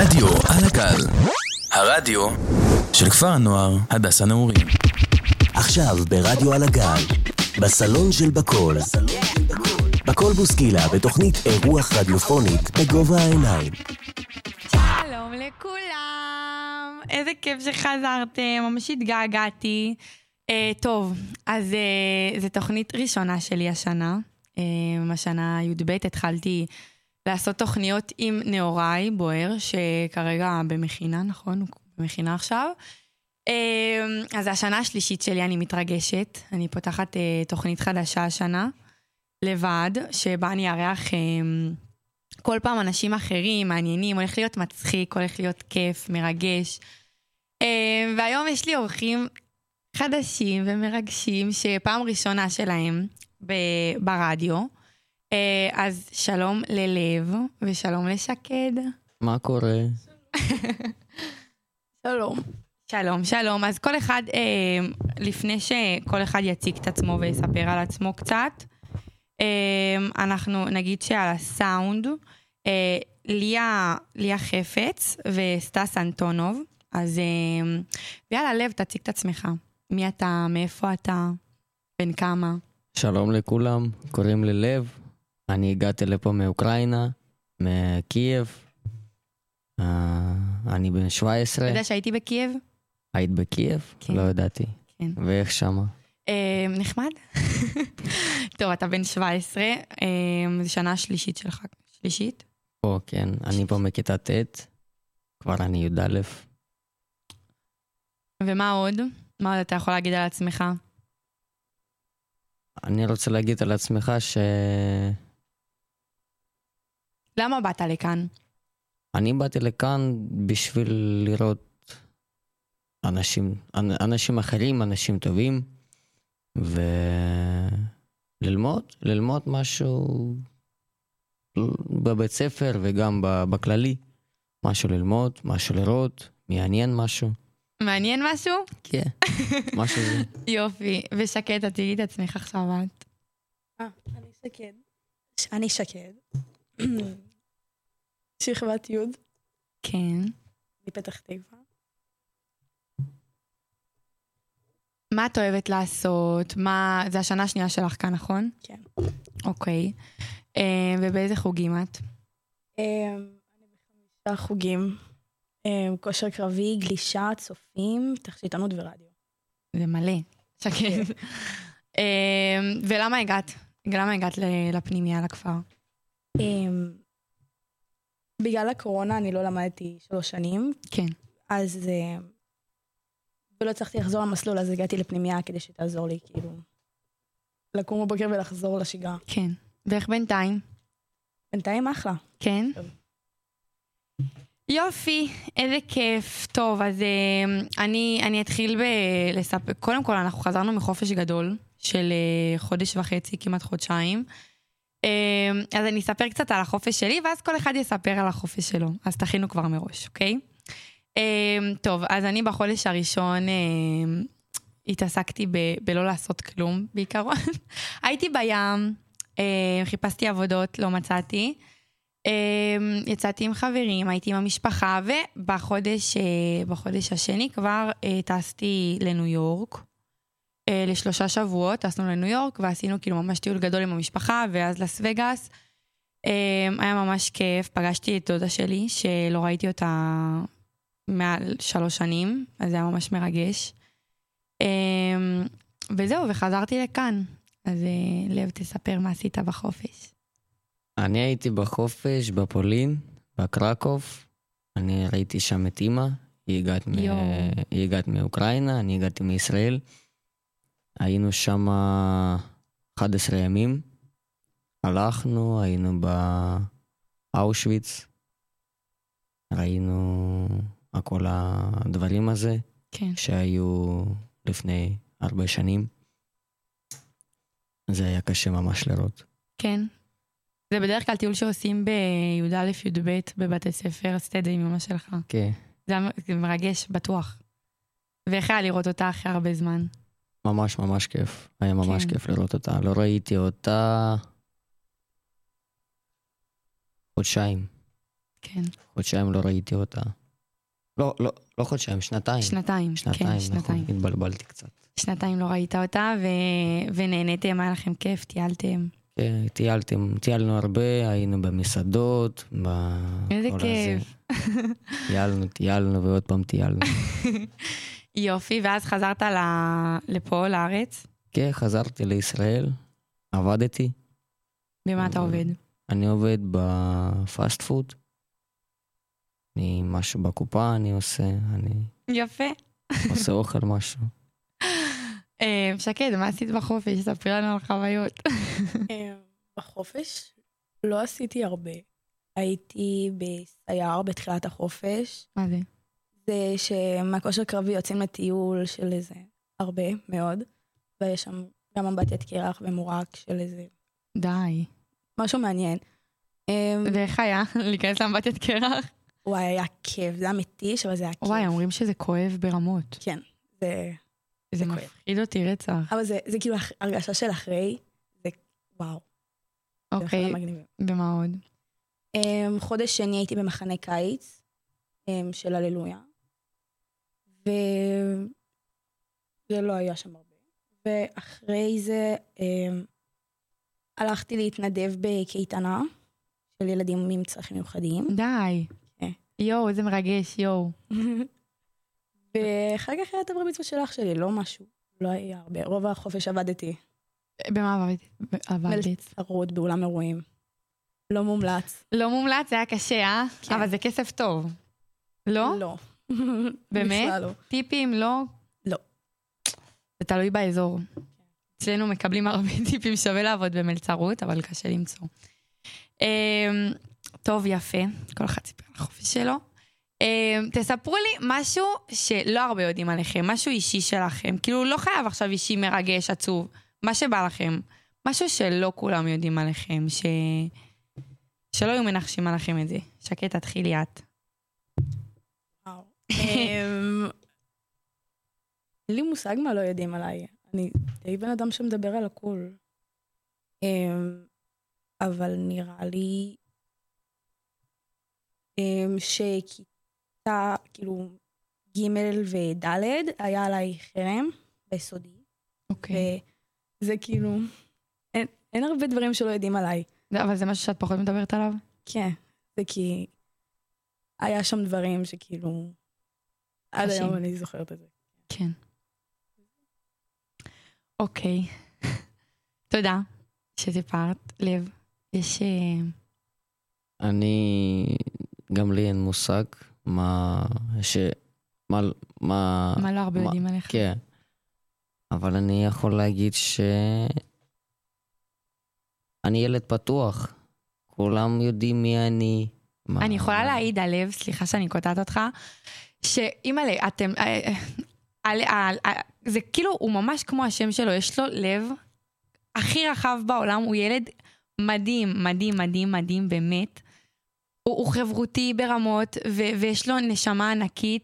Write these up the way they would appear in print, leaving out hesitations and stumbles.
רדיו על הגל, הרדיו של כפר הנוער הדס הנעורים. עכשיו ברדיו על הגל, בסלון של בקול, בקול בוסקילה, בתוכנית אירוח רדיופונית בגובה העיניים. שלום לכולם, איזה כיף שחזרתם, ממש התגעגעתי. טוב, אז זו תוכנית ראשונה שלי השנה. השנה י"ב התחלתי לעשות תוכניות עם נאורי בוער, שכרגע במכינה, נכון? הוא במכינה עכשיו. אז השנה השלישית שלי, אני מתרגשת. אני פותחת תוכנית חדשה השנה, לבד, שבה אני ארח כל פעם אנשים אחרים, מעניינים, הולך להיות מצחיק, הולך להיות כיף, מרגש. והיום יש לי אורחים חדשים ומרגשים, שפעם ראשונה שלהם ברדיו. אז שלום ללב ושלום לשקד. מה קורה? שלום. שלום, שלום. אז כל אחד, לפני שכל אחד יציג את עצמו ויספר על עצמו קצת, אנחנו נגיד שעל הסאונד, ליה חפץ וסטס אנטונוב. אז יאללה לב, תציג את עצמך. מי אתה, מאיפה אתה, בן כמה? שלום לכולם, קוראים לי לב. אני הגעתי לפה מאוקראינה, מקייב. אני בן 17. אתה יודע שהייתי בקייב? היית בקייב? כן. לא ידעתי. כן. ואיך שמה? נחמד. טוב, אתה בן 17, זו שנה שלישית שלך. שלישית? פה, כן. אני פה מכיתה ט', כבר אני י"א. ומה עוד? מה עוד אתה יכול להגיד על עצמך? אני רוצה להגיד על עצמך למה באת לכאן? אני באתי לכאן בשביל לראות אנשים אחרים, אנשים טובים, וללמוד משהו בבית ספר וגם בכללי. משהו ללמוד, משהו לראות, מעניין משהו. מעניין משהו? כן, משהו זה. יופי. ושקד, תציגי את עצמך עכשיו את. אני שקד. אני שקד. שכבת י' כן. מפתח תקווה. מה את אוהבת לעשות? זה השנה השנייה שלך כאן, נכון? כן. אוקיי. ובאיזה חוגים את? אני ב5 חוגים. כושר קרבי, גלישה, צופים, תכשיטנות ורדיו. זה מלא. שקד. ולמה הגעת? למה הגעת לפנימיה, לכפר? בגלל הקורונה אני לא למדתי 3 שנים. כן. אז ולא צריכתי לחזור למסלול, אז הגעתי לפנימיה כדי שתעזור לי, כאילו, לקום בבוקר ולחזור לשגרה. כן. ואיך בינתיים? בינתיים אחלה. כן? טוב. יופי, איזה כיף. טוב, אז אני אתחיל בלספר. קודם כל, אנחנו חזרנו מחופש גדול של חודש וחצי, כמעט חודשיים. אז אני אספר קצת על החופש שלי, ואז כל אחד יספר על החופש שלו. אז תכינו כבר מראש, אוקיי? טוב, אז אני בחודש הראשון התעסקתי בלא לעשות כלום, בעיקרון. הייתי בים, חיפשתי עבודות, לא מצאתי. יצאתי עם חברים, הייתי עם המשפחה, ובחודש השני כבר טסתי לניו יורק. ל3 שבועות, טסנו לניו יורק, ועשינו כאילו ממש טיול גדול עם המשפחה, ואז לס וגאס. היה ממש כיף, פגשתי את דודה שלי, שלא ראיתי אותה מעל 3 שנים, אז זה היה ממש מרגש. וזהו, וחזרתי לכאן. אז לב, תספר מה עשית בחופש. אני הייתי בחופש בפולין, בקרקוב. אני ראיתי שם את אמא, היא הגעת מאוקראינה, אני הגעתי מישראל. היינו שם 11 ימים. הלכנו, היינו באושוויץ. ראינו כל הדברים הזה, כן. שהיו לפני הרבה שנים. זה היה קשה ממש לראות. כן. זה בדרך כלל טיול שעושים בי"א י"ב בבתי ספר, עשית את זה עם אמא שלך. כן. זה מרגש, בטוח. ואיך היה לראות אותה אחרי הרבה זמן? ממש ממש כיף. היה ממש כן. כיף לראות אותה. לא ראיתי אותה חודשיים. כן. חודשיים לא ראיתי אותה. לא חודשיים, שנתיים. שנתיים, כן, שנתיים. נכון, התבלבלתי קצת. שנתיים לא ראית אותה, ונהניתם, היה לכם כיף, טיילתם. כן, טיילנו הרבה, היינו במסעדות, איזה כיף. טיילנו ועוד פעם טיילנו. יופי, ואז חזרת לפה, לארץ? כן, חזרתי לישראל, עבדתי. במה אתה עובד? אני עובד בפאסט פוד. אני משהו בקופה, אני יפה. עושה אוכל משהו. שקד, מה עשית בחופש? ספרי לנו על חוויות. בחופש לא עשיתי הרבה. הייתי בסייר בתחילת החופש. מה זה? זה שמהכושר קרבי יוצאים לטיול של איזה הרבה מאוד, ויש שם גם אמבטיית קרח ומורק של איזה... די. משהו מעניין. ואיך היה להיכנס לאמבטיית קרח? וואי, היה כיף, זה היה מתיש, אבל זה היה כיף. וואי, אומרים שזה כואב ברמות. כן, זה מפחיד אותי רצח. אבל זה כאילו הרגשה של אחרי, זה וואו. אוקיי, במה עוד? חודש שני הייתי במחנה קיץ של הללויה, וזה לא היה שם הרבה. ואחרי זה הלכתי להתנדב בקייטנה של ילדים עם צרכים מיוחדים. די. יואו, איזה מרגש, יואו. ואחר כך היה את הבר מצווה של אח שלי, לא משהו, לא היה הרבה. רוב החופש עבדתי. במה עבדת? מלצרות באולם אירועים. לא מומלץ. לא מומלץ, זה היה קשה, כן. אבל זה כסף טוב. לא? לא. באמת? בכלל לא. טיפים, לא? לא. זה תלוי באזור. אצלנו מקבלים הרבה טיפים, שווה לעבוד במלצרות, אבל קשה למצוא. טוב, יפה. כל אחד סיפר על החופש שלו. תספרו לי משהו שלא הרבה יודעים עליכם, משהו אישי שלכם. כאילו, לא חייב עכשיו אישי מרגש, עצוב. מה שבא לכם. משהו שלא כולם יודעים עליכם, שלא היו מנחשים עליכם את זה. שקט, תתחילי את. וואו. אין לי מושג מה לא יודעים עליי. אני די בן אדם שמדבר על הכל. אבל נראה לי שכיתה, כאילו, ג' וד' היה עליי חרם ביסודי. אוקיי. וזה כאילו, אין הרבה דברים שלא יודעים עליי. אבל זה משהו שאת פחות מדברת עליו? כן, זה כי היה שם דברים שכאילו, עד קשים. היום אני זוכרת את זה. כן. אוקיי. תודה שסיפרת, לב. יש... גם לי אין מושג מה לא הרבה יודעים עליך. כן. אבל אני יכול להגיד אני ילד פתוח. כולם יודעים מי אני. אני יכולה להעיד על לב, סליחה שאני קוטעת אותך, שאימא'לה, אתם... זה כאילו, הוא ממש כמו השם שלו, יש לו לב הכי רחב בעולם, הוא ילד מדהים, מדהים, מדהים, מדהים, באמת. הוא חברותי ברמות, ויש לו נשמה ענקית,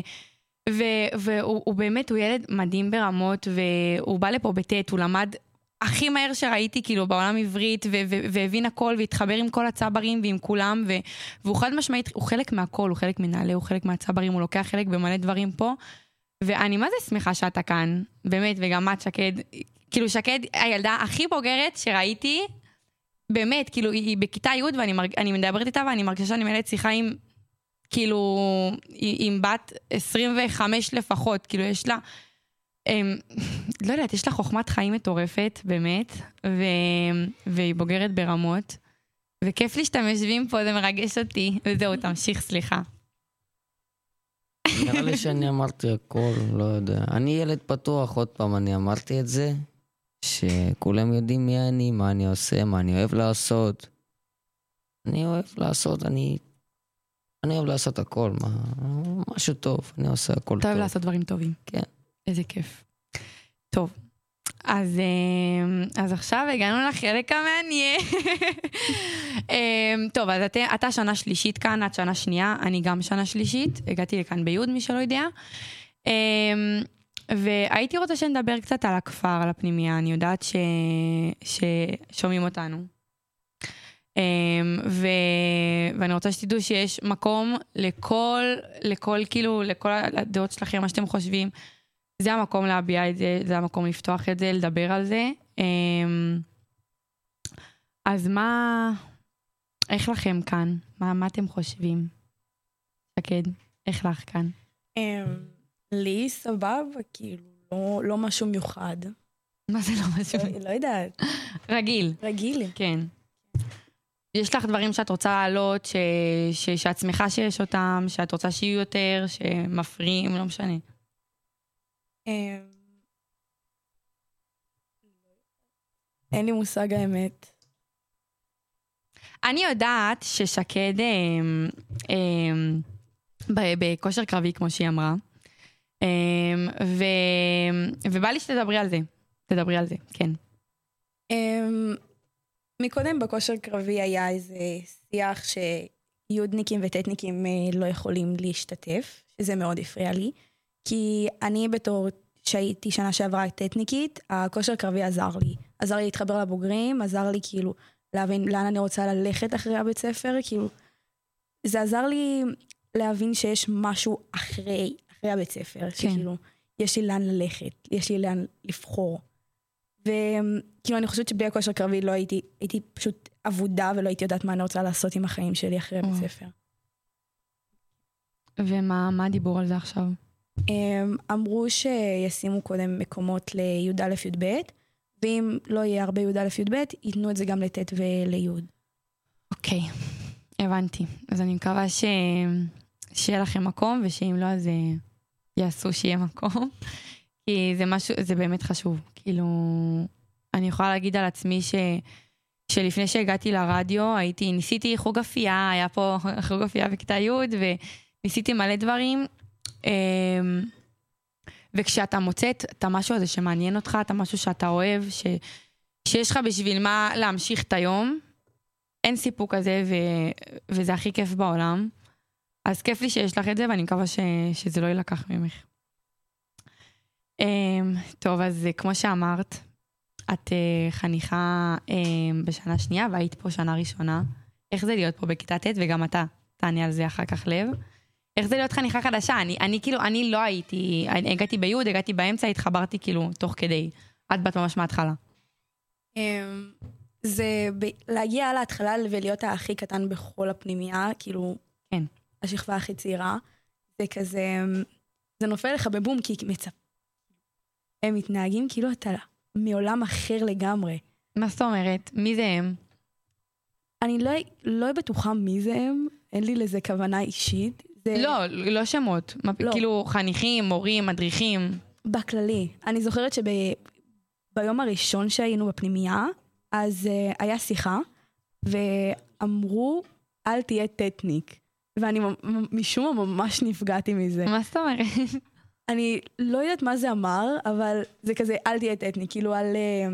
והוא באמת, הוא ילד מדהים ברמות, והוא בא לפה בטט, הוא למד הכי מהר שראיתי, כאילו, בעולם עברית, והבין הכל, והתחבר עם כל הצברים ועם כולם, והוא חד משמעית, הוא חלק מהכל, הוא חלק מנעלה, הוא חלק מהצברים, הוא לוקח חלק במלא דברים פה, ואני מה זה שמחה שאתה כאן, באמת, וגם את שקד, כאילו שקד, הילדה הכי בוגרת שראיתי, באמת, כאילו, היא בכיתה י' ואני מדברת איתה, ואני מרגישה שאני מלאת שיחה עם, כאילו, עם בת 25 לפחות, כאילו, יש לה, לא יודעת, יש לה חוכמת חיים מטורפת, באמת, והיא בוגרת ברמות, וכיף לי שאתם יושבים פה, זה מרגש אותי, וזהו, תמשיך, סליחה. נראה לי שאני אמרתי הכל, לא יודע. אני ילד פתוח, עוד פעם אני אמרתי את זה, שכולם יודעים מי אני, מה אני עושה, מה אני אוהב לעשות. אני אוהב לעשות, אני אוהב לעשות הכל, משהו טוב, אני עושה הכל טוב. אתה אוהב לעשות דברים טובים. כן. איזה כיף. טוב, אז עכשיו הגענו לחלק המעניין. טוב, אז אתה שנה שלישית כאן, את שנה שנייה, אני גם שנה שלישית, הגעתי לכאן ביוד, מי שלא יודע. והייתי רוצה שנדבר קצת על הכפר, על הפנימיה, אני יודעת ששומעים אותנו. ואני רוצה שתדעו שיש מקום לכל כאילו, לכל הדעות שלכם, מה שאתם חושבים. זה המקום להביע את זה, זה המקום לפתוח את זה, לדבר על זה. אז איך לכם כאן? מה אתם חושבים? שקד, איך לך כאן? לי סבבה, כאילו, לא משהו מיוחד. מה זה לא משהו? לא יודעת. רגיל. רגיל. כן. יש לך דברים שאת רוצה להעלות, שאת שמחה שיש אותם, שאת רוצה שיהיו יותר, שמפריעים, לא משנה. אין לי מושג האמת. אני יודעת ששקד בכושר קרבי, כמו שהיא אמרה, ובא לי שתדברי על זה. תדברי על זה, כן. מקודם בכושר קרבי היה איזה שיח שיודניקים וטטניקים לא יכולים להשתתף, שזה מאוד הפריע לי, כי אני בתור שהייתי שנה שעברה טטניקית, הכושר קרבי עזר לי. עזר לי להתחבר לבוגרים, עזר לי כאילו להבין לאן אני רוצה ללכת אחרי הבית ספר, כאילו זה עזר לי להבין שיש משהו אחרי הבית ספר, כן. שכאילו יש לי לאן ללכת, יש לי לאן לבחור. וכאילו אני חושבת שבלי הכושר קרבי לא הייתי פשוט עבודה ולא הייתי יודעת מה אני רוצה לעשות עם החיים שלי אחרי הבית ספר. ומה הדיבור על זה עכשיו? אמרו שישימו קודם מקומות לי"א י"ב, ואם לא יהיה הרבה י"א י"ב, ייתנו את זה גם לט' ולי'. אוקיי, הבנתי. אז אני מקווה שיהיה לכם מקום, ושאם לא, אז יעשו שיהיה מקום. כי זה משהו, זה באמת חשוב. כאילו, אני יכולה להגיד על עצמי שלפני שהגעתי לרדיו, ניסיתי חוג אפייה, היה פה חוג אפייה בכיתה י' וניסיתי מלא דברים, וכשאתה מוצא את המשהו הזה שמעניין אותך, את המשהו שאתה אוהב, שיש לך בשביל מה להמשיך את היום, אין סיפוק כזה, וזה הכי כיף בעולם. אז כיף לי שיש לך את זה, ואני מקווה שזה לא ילקח ממך. טוב, אז כמו שאמרת, את חניכה בשנה שנייה, והיית פה שנה ראשונה. איך זה להיות פה בכיתה ט' וגם אתה תעני על זה אחר כך לב. איך זה להיות חניכה חדשה? אני לא הייתי, הגעתי ביוד, הגעתי באמצע, התחברתי כאילו תוך כדי. את בת ממש מההתחלה. זה להגיע להתחלה ולהיות הכי קטן בכל הפנימיה, כאילו, כן. השכבה הכי צעירה, זה כזה, זה נופל לך בבום, כי הם מתנהגים כאילו אתה מעולם אחר לגמרי. מה זאת אומרת? מי זה הם? אני לא בטוחה מי זה הם, אין לי לזה כוונה אישית. לא שמות. כאילו חניכים, מורים, מדריכים. בכללי. אני זוכרת שביום הראשון שהיינו בפנימייה, אז היה שיחה, ואמרו, אל תהיה טטניק. ואני משום מה ממש נפגעתי מזה. מה זאת אומרת? אני לא יודעת מה זה אמר, אבל זה כזה, אל תהיה טטניק. כאילו על...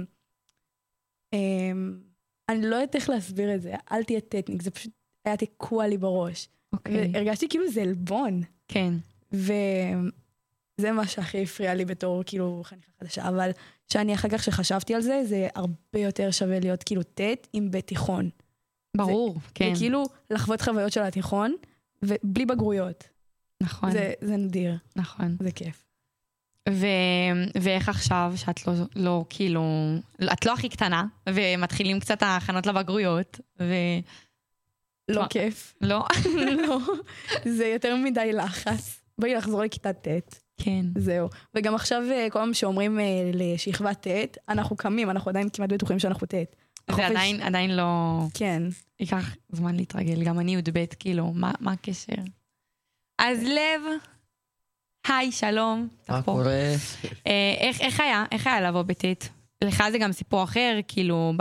אני לא יודעת איך להסביר את זה. אל תהיה טטניק. זה פשוט היה תקוע לי בראש. והרגשתי כאילו זה אלבון. כן. וזה מה שהכי הפריע לי בתור כאילו חניכה חדשה. אבל שאני אחר כך שחשבתי על זה, זה הרבה יותר שווה להיות כאילו טט עם בתיכון. ברור, כן. זה כאילו לחוות חוויות של התיכון, ובלי בגרויות. נכון. זה נדיר. נכון. זה כיף. ואיך עכשיו, שאת לא כאילו, את לא הכי קטנה, ומתחילים קצת ההכנות לבגרויות, לא כיף. לא? לא. זה יותר מדי לחץ. בואי לחזור לכיתה ט'. כן. זהו. וגם עכשיו, כל פעם שאומרים לשכבה ט', אנחנו קמים, אנחנו עדיין כמעט בטוחים שאנחנו ט'. זה עדיין לא... כן. ייקח זמן להתרגל. גם אני י"ב, כאילו, מה הקשר? אז לב, היי, שלום. מה קורה? איך היה לבוא בט'? לך זה גם סיפור אחר, כאילו,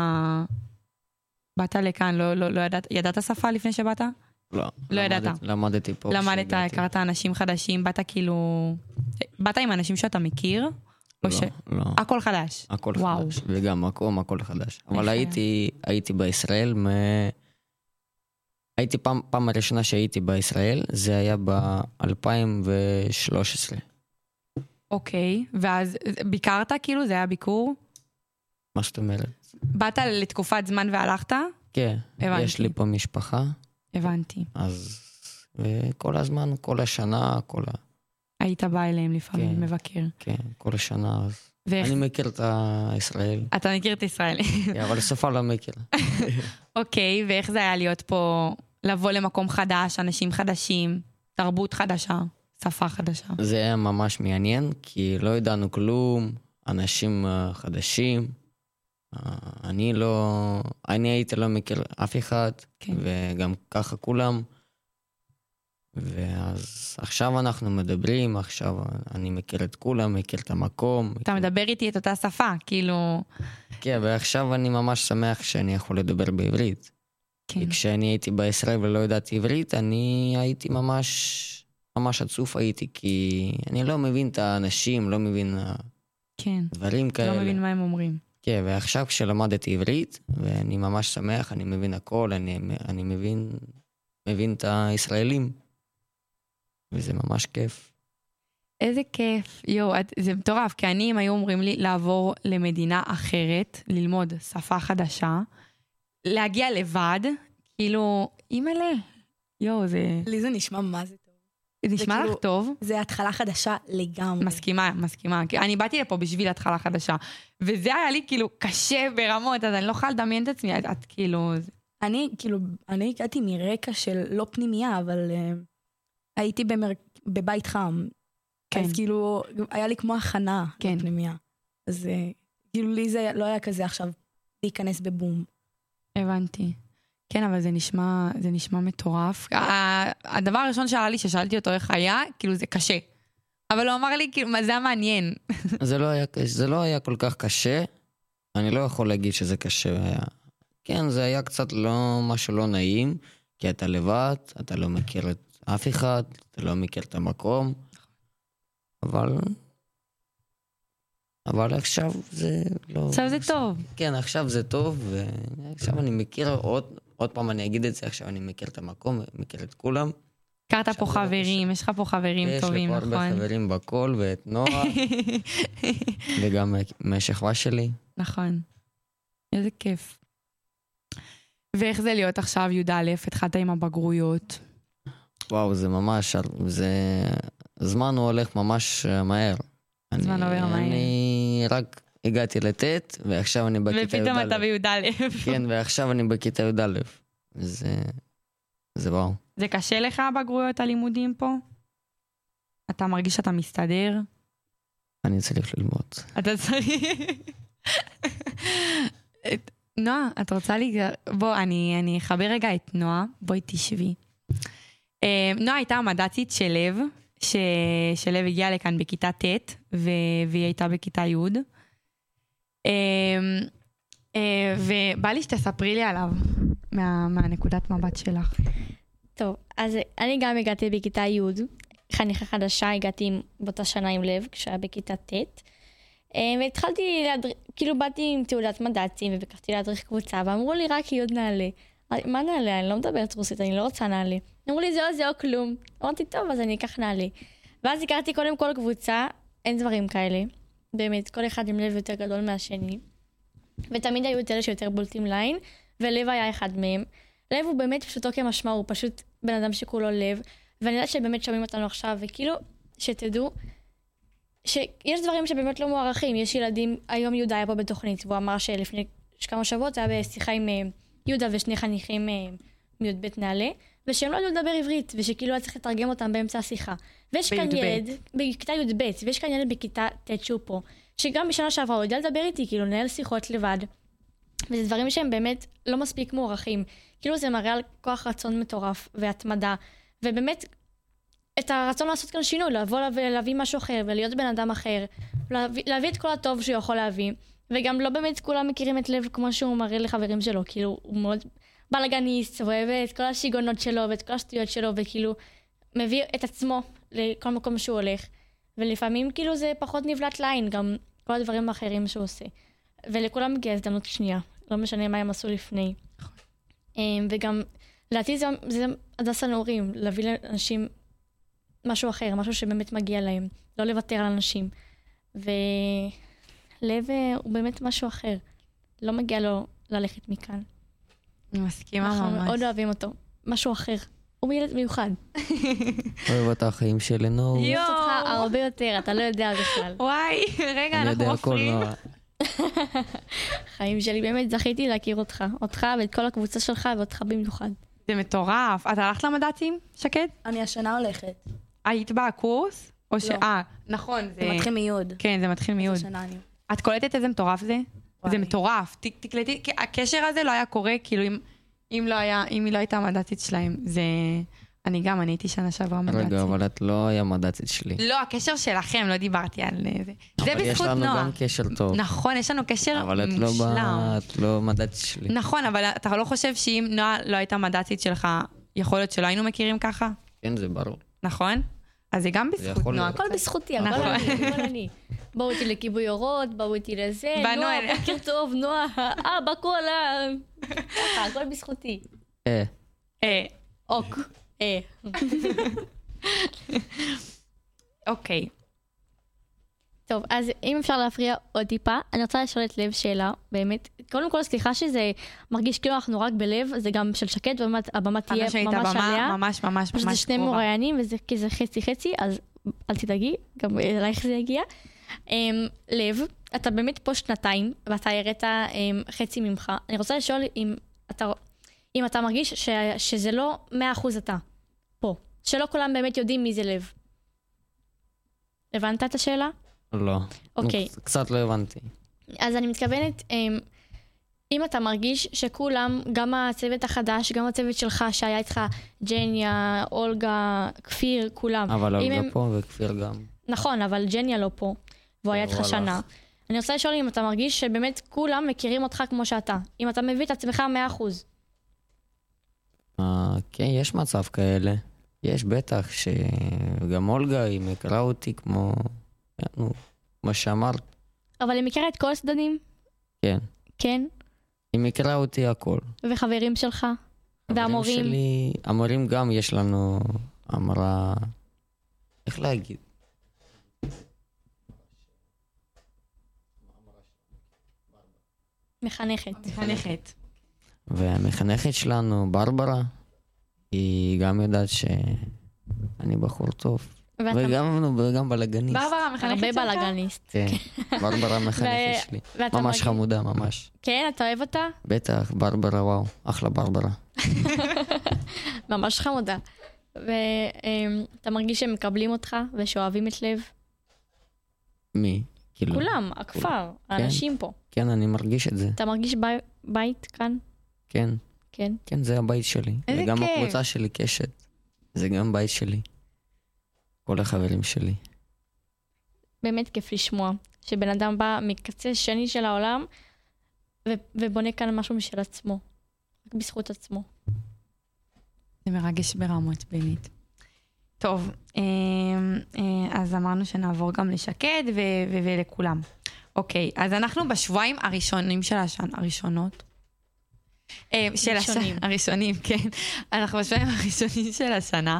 באת לכאן, לא ידעת שפה לפני שבאת? לא ידעת. למדתי פה. למדת, הכרת אנשים חדשים, באת כאילו... באת עם אנשים שאתה מכיר? לא. הכל חדש. הכל חדש. וגם מקום, הכל חדש. אבל הייתי בישראל, הייתי פעם הראשונה שהייתי בישראל, זה היה ב-2013. אוקיי, ואז ביקרת כאילו? זה היה ביקור? מה זאת אומרת? באת לתקופת זמן והלכת? כן, הבנתי. יש לי פה משפחה, הבנתי. אז וכל הזמן, כל השנה, היית בא אליהם לפעמים, כן. מבקר. כן, כל השנה, אז ואיך- אני מכיר את ישראל, אתה מכיר את ישראל. כן, אבל סופה לא מכיר. אוקיי, ואיך זה היה להיות פה, לבוא למקום חדש, אנשים חדשים, תרבות חדשה, שפה חדשה? זה היה ממש מעניין, כי לא ידענו כלום, אנשים חדשים, אני הייתי לא מכיר אף אחד, כן. וגם ככה כולם, ואז עכשיו אנחנו מדברים, עכשיו אני מכיר את כולם, מכיר את המקום. אתה מדבר איתי את אותה שפה, כאילו... כן, ועכשיו אני ממש שמח שאני יכול לדבר בעברית. כן, כי כשאני הייתי בישראל ולא ידעתי עברית, אני הייתי ממש עצוב הייתי, כי אני לא מבין את האנשים, לא מבין כן. דברים כאלה. לא מבין מה הם אומרים. כן, ועכשיו כשלמדתי עברית, ואני ממש שמח, אני מבין הכל, אני מבין את הישראלים, וזה ממש כיף. איזה כיף. זה מטורף, כי אם היו אומרים לי לעבור למדינה אחרת, ללמוד שפה חדשה, להגיע לבד, כאילו, אימא'לה. זה לי זה נשמע מה זה טוב. נשמע לך כאילו- טוב. זה התחלה חדשה לגמרי. מסכימה. כי אני באתי לפה בשביל התחלה חדשה, וזה היה לי כאילו קשה ברמות, אז אני לא יכולה לדמיין את עצמי, את כאילו... אני הגעתי מרקע של לא פנימייה, אבל הייתי בבית חם. כן. אז כאילו, היה לי כמו הכנה כן. לפנימייה. אז כאילו לי זה לא היה כזה עכשיו להיכנס בבום. הבנתי. כן, אבל זה נשמע מטורף. הדבר הראשון שעלה לי, ששאלתי אותו איך היה, כאילו זה קשה. אבל הוא אמר לי, כאילו, מה זה המעניין? זה לא היה כל כך קשה, אני לא יכול להגיד שזה קשה. כן, זה היה קצת משהו לא נעים, כי אתה לבד, אתה לא מכיר את אף אחד, אתה לא מכיר את המקום, אבל עכשיו זה לא... עכשיו זה טוב. כן, עכשיו זה טוב, ועכשיו אני מכיר עוד פעם אני אגיד את זה, עכשיו אני מכיר את המקום, מכיר את כולם. הכרת פה חברים, יש לך פה חברים טובים, יש לי פה הרבה נכון? חברים בכל, ואת נועה, וגם מהשכבה שלי. נכון. איזה כיף. ואיך זה להיות עכשיו י"א, התחלת עם הבגרויות? וואו, זה ממש, זמן הוא הולך ממש מהר. זמן עובר מהר. אני רק הגעתי לתת, ועכשיו אני בכיתה י"א. ופתאום אתה בי"א. כן, ועכשיו אני בכיתה י"א. זה וואו. זה קשה לך הבגרויות הלימודים פה? אתה מרגיש שאתה מסתדר? אני צריך ללמוד. אתה צריך... נועה, את רוצה לי... בוא, אני אחבר רגע את נועה. בואי תשבי. נועה הייתה המד"צית של לב, שלב הגיעה לכאן בכיתה ט' והיא הייתה בכיתה י'. ובא לי שתספרי לי עליו, מהנקודת מבט שלך. טוב, אז אני גם הגעתי בכיתה י', חניכה חדשה, הגעתי באותה שנה עם לב, כשהיה בכיתה ט'. והתחלתי כאילו באתי עם תעודת מד"צים וביקשתי להדריך קבוצה, ואמרו לי רק י' נעלה. מה נעלה? אני לא מדברת רוסית, אני לא רוצה נעלה. אמרו לי זה או כלום. אמרתי, טוב, אז אני אקח נעלה. ואז הכרתי קודם כל קבוצה, אין דברים כאלה. באמת, כל אחד עם לב יותר גדול מהשני. ותמיד היו את אלה שיותר בולטים ליין, ולב היה אחד מהם. לב הוא באמת פשוטו כמשמע, הוא פשוט בן אדם שכולו לב, ואני יודעת שבאמת שומעים אותנו עכשיו, וכאילו, שתדעו, שיש דברים שבאמת לא מוערכים. יש ילדים, היום יהודה היה פה בתוכנית, והוא אמר שלפני כמה שבועות היה בשיחה עם יהודה ושני חניכים מי"ב נעלה, ושהם לא ידעו לדבר עברית, ושכאילו היה צריך לתרגם אותם באמצע השיחה. ויש כאן ילד, בכיתה י"ב, ויש כאן ילד בכיתה ט' שהוא פה, שגם בשנה שעברה הוא יודע לדבר איתי, כאילו לנהל שיחות לבד. וזה דברים שהם באמת לא מספיק מוערכים. כאילו זה מראה על כוח רצון מטורף והתמדה, ובאמת את הרצון לעשות כאן שינוי, לבוא ולהביא משהו אחר, ולהיות בן אדם אחר, להביא את כל הטוב שהוא יכול להביא, וגם לא באמת כולם מכירים את לב כמו שהוא מראה לחברים שלו, כאילו הוא מאוד בלגניסט, ואוהב את כל השיגונות שלו, ואת כל השטויות שלו, וכאילו מביא את עצמו לכל מקום שהוא הולך, ולפעמים כאילו זה פחות נבלט לעין, גם כל הדברים האחרים שהוא עושה. ולכולם מגיעה הזדמנות שנייה, לא משנה מה הם עשו לפני. וגם, לדעתי זה הדס הנעורים, להביא לאנשים משהו אחר, משהו שבאמת מגיע להם, לא לוותר על אנשים. ולב הוא באמת משהו אחר, לא מגיע לו ללכת מכאן. אני מסכימה אנחנו ממש. מאוד אוהבים אותו. משהו אחר. הוא ילד מיוחד. אוהב את החיים שלי, נו. אוהב אותך הרבה יותר, אתה לא יודע בכלל. וואי, רגע, אני אנחנו יודע הכל, מפריעים. נועה. חיים שלי, באמת זכיתי להכיר אותך ואת כל הקבוצה שלך ואותך במיוחד. זה מטורף. את הלכת למד"צים, שקד? אני השנה הולכת. היית בקורס? או ש... לא. נכון. זה מתחיל מיוד. כן, זה מתחיל מיוד. השנה אני. את קולטת איזה מטורף זה? וואי. זה מטורף. תקלטי, כי הקשר הזה לא היה קורה, כאילו, אם היא לא הייתה המד"צית שלהם. זה... אני הייתי שנה שעברה מד"צית. רגע, אבל את לא היה מד"צית שלי. לא, הקשר שלכם, לא דיברתי על זה. זה אבל יש בזכות לנו נועה. גם קשר טוב. נכון, יש לנו קשר אבל את מושלם. לא מד"צית שלי. נכון, אבל אתה לא חושב שאם נועה לא הייתה מד"צית שלך, יכול להיות שלא היינו מכירים ככה? כן, זה ברור. נכון? אז זה גם בזכות יכול נועה. להיות. הכל בזכותי, נכון. הכל אני. באו איתי לכיבוי אורות, באו איתי לזה, באנו נועה, אליה. בוקר טוב, נועה, בכל ככה, הכל בזכותי. אוק. אוקיי. טוב, אז אם אפשר להפריע עוד טיפה, אני רוצה לשאול את לב שאלה, באמת. קודם כל, סליחה שזה מרגיש כאילו אנחנו רק בלב, זה גם של שקד, והבמה תהיה ממש עליה. ממש פשוט זה שני מוראיינים, כי זה חצי-חצי, אז אל תדאגי, גם אלייך זה יגיע. לב, אתה באמת פה 2 ואתה הראת חצי ממך. אני רוצה לשאול אם אתה מרגיש שזה לא 100% אתה, פה. שלא כולם באמת יודעים מי זה לב. הבנת את השאלה? לא. אוקיי. קצת לא הבנתי. אז אני מתכוונת, אם אתה מרגיש שכולם, גם הצוות החדש, גם הצוות שלך שהיה איתך, ג'ניה, אולגה, כפיר, כולם. אבל אם אולגה פה וכפיר גם. נכון, אבל ג'ניה לא פה, והוא היה איתך הוא שנה. הלך. אני רוצה לשאול אם אתה מרגיש שבאמת כולם מכירים אותך כמו שאתה. אם אתה מביא את עצמך 100%. כן, יש מצב כאלה. יש בטח שגם אולגה, היא מכירה אותי כמו... נו, מה שאמרת. אבל היא מכירה את כל הצדדים? כן. כן? היא מכירה אותי הכל. וחברים שלך? החברים והמורים? שלי, המורים גם יש לנו אמרה... איך להגיד? מחנכת. והמחנכת שלנו, ברברה, היא גם יודעת שאני בחור טוב. וגם בלגניסט. ברברה, המחנכת הרבה שלך? בלגניסט. כן, ברברה המחנכת שלי. ואתה ממש מרגיש- חמודה, ממש. כן, אתה אוהב אותה? בטח, ברברה, וואו, אחלה ברברה. ממש חמודה. ואתה מרגיש שהם מקבלים אותך ושאוהבים את לב? מי? כאילו, כולם, הכפר, האנשים פה. כן, אני מרגיש את זה. אתה מרגיש בית כאן? כן, כן. כן, זה הבית שלי. איזה וגם כיף. הקבוצה שלי, קשת. זה גם בית שלי. כל החברים שלי. באמת כיף לשמוע שבן אדם בא מקצה שני של העולם ובונה כאן משהו משל עצמו. רק בזכות עצמו. זה מרגש ברמות, באמת. טוב, אז אמרנו שנעבור גם לשקד ולכולם. אוקיי, אז אנחנו בשבועיים הראשונים של השנה, הראשונים, כן. אנחנו בשבועיים הראשונים של השנה.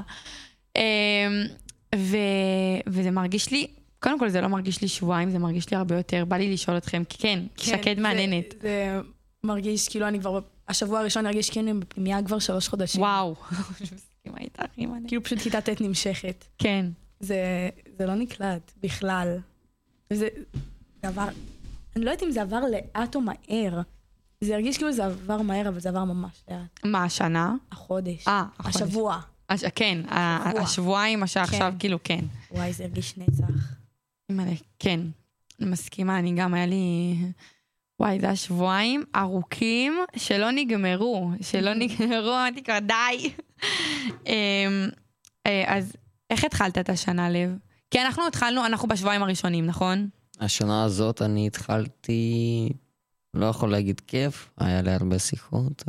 וזה מרגיש לי, קודם כל זה לא מרגיש לי שבועיים, זה מרגיש לי הרבה יותר. בא לי לשאול אתכם, כי כן, שקד מעניינת. זה מרגיש כאילו אני כבר, השבוע הראשון הרגיש כאילו אני בפנימיה כבר 3 חודשים. וואו. מסכימה איתך, אימא'לה. כאילו פשוט כיתה ט' נמשכת. כן. זה לא נקלט בכלל. זה עבר, אני לא יודעת אם זה עבר לאט או מהר. זה הרגיש כאילו זה עבר מהר, אבל זה עבר ממש לאט. מה, השנה? החודש. החודש. השבוע. כן, השבועיים, מה שעכשיו, כאילו, כן. וואי, זה הרגיש נצח. אימא'לה, כן. אני מסכימה, אני גם היה לי... וואי, זה השבועיים ארוכים שלא נגמרו. אמרתי כבר, די. אז איך התחלת את השנה, לב? כי אנחנו בשבועיים הראשונים, נכון? השנה הזאת אני התחלתי, לא יכול להגיד כיף, היה לי הרבה שיחות,